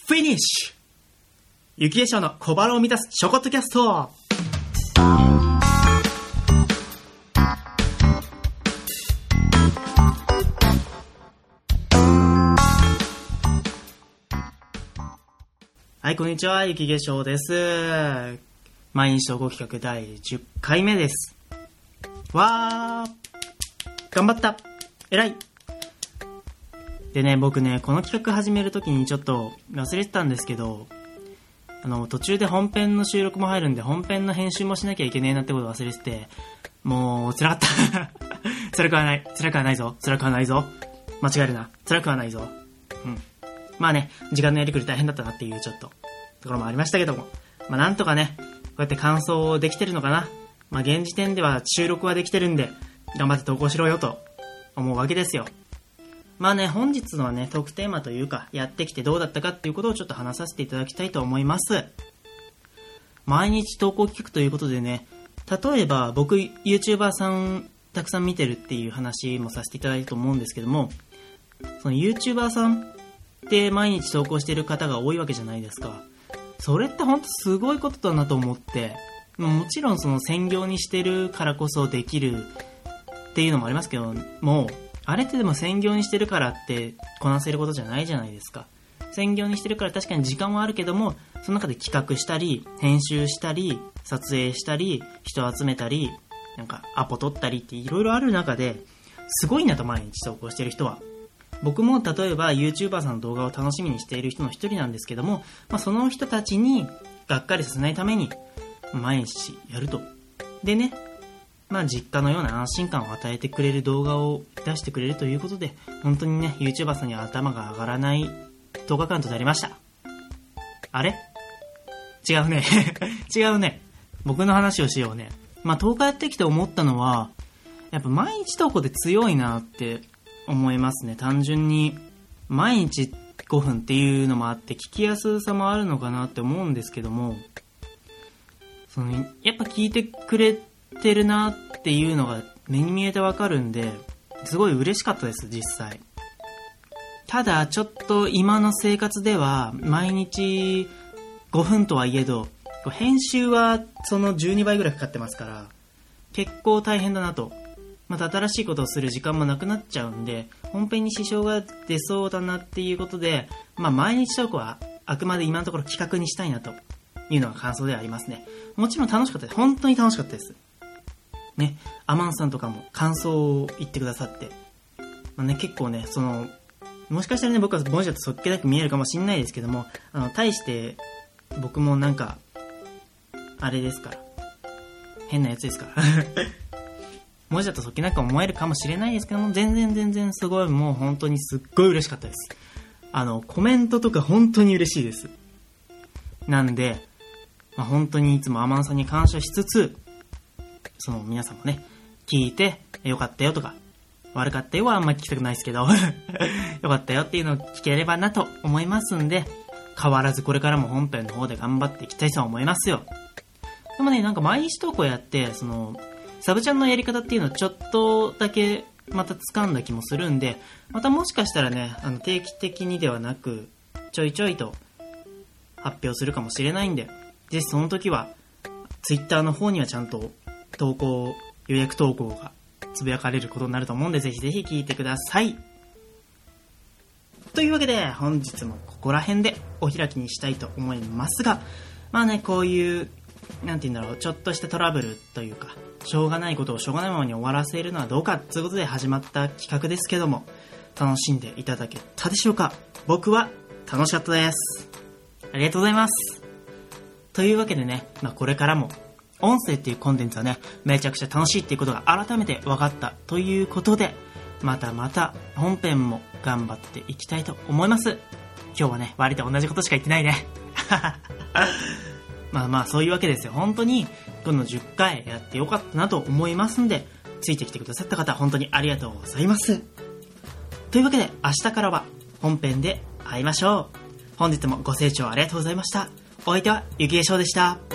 フィニッシュ雪化粧の小腹を満たすショコットキャスト。はい、こんにちは、雪化粧です。毎日投稿企画第10回目です。わー、頑張った、偉い。でね、僕ね、この企画始めるときにちょっと忘れてたんですけど、途中で本編の収録も入るんで、本編の編集もしなきゃいけねえなってことを忘れてて、もう辛かった辛くはないぞ間違えるな、辛くはないぞ。まあね、時間のやりくり大変だったなっていうちょっとところもありましたけども、まあなんとかね、こうやって完走できてるのかな。まあ現時点では収録はできてるんで、頑張って投稿しろよと思うわけですよ。まあね、本日のね、トークテーマというか、やってきてどうだったかっていうことをちょっと話させていただきたいと思います。毎日投稿企画ということでね、例えば僕 YouTuber さんたくさん見てるっていう話もさせていただいたと思うんですけども、その YouTuber さんって毎日投稿してる方が多いわけじゃないですか。それってほんとすごいことだなと思って、もちろんその専業にしてるからこそできるっていうのもありますけども、あれってでも専業にしてるからってこなせることじゃないじゃないですか。専業にしてるから確かに時間はあるけども、その中で企画したり編集したり撮影したり人を集めたりなんかアポ取ったりっていろいろある中ですごいなと、毎日投稿してる人は。僕も例えば YouTuber さんの動画を楽しみにしている人の一人なんですけども、その人たちにがっかりさせないために毎日やると。でね、実家のような安心感を与えてくれる動画を出してくれるということで、本当にね、YouTuber さんには頭が上がらない10日間となりました。あれ？違うね。違うね。僕の話をしようね。10日やってきて思ったのは、やっぱ毎日投稿で強いなって思いますね。単純に毎日5分っていうのもあって聞きやすさもあるのかなって思うんですけども、やっぱ聞いてくれてるなっていうのが目に見えてわかるんで、すごい嬉しかったです、実際。ただちょっと今の生活では毎日5分とはいえど、編集はその12倍ぐらいかかってますから結構大変だなと。また新しいことをする時間もなくなっちゃうんで、本編に支障が出そうだなっていうことで、毎日投稿はあくまで今のところ企画にしたいなというのが感想ではありますね。もちろん楽しかったです。本当に楽しかったですね。アマンさんとかも感想を言ってくださって、結構ね、もしかしたらね、僕は文字だとそっけなく見えるかもしれないですけども、対して僕もなんかあれですから、変なやつですから文字だとそっけなく思えるかもしれないですけども、全然すごい、もう本当にすっごい嬉しかったです。コメントとか本当に嬉しいです。なんで、本当にいつもアマンさんに感謝しつつ、皆さんもね、聞いてよかったよとか悪かったよはあんまり聞きたくないですけどよかったよっていうのを聞ければなと思いますんで、変わらずこれからも本編の方で頑張っていきたいと思いますよ。でもね、なんか毎日投稿やってサブチャンのやり方っていうのをちょっとだけまた掴んだ気もするんで、またもしかしたらね、定期的にではなくちょいちょいと発表するかもしれないんで、ぜひその時は Twitter の方にはちゃんと投稿、予約投稿がつぶやかれることになると思うんで、ぜひぜひ聞いてください。というわけで本日もここら辺でお開きにしたいと思いますが、こういうちょっとしたトラブルというか、しょうがないことをしょうがないままに終わらせるのはどうかということで始まった企画ですけども、楽しんでいただけたでしょうか。僕は楽しかったです。ありがとうございます。というわけでね、これからも音声っていうコンテンツはね、めちゃくちゃ楽しいっていうことが改めて分かったということで、また本編も頑張っていきたいと思います。今日はね、割と同じことしか言ってないねそういうわけですよ。本当にこの10回やってよかったなと思いますんで、ついてきてくださった方本当にありがとうございます。というわけで明日からは本編で会いましょう。本日もご清聴ありがとうございました。お相手はゆきえしょうでした。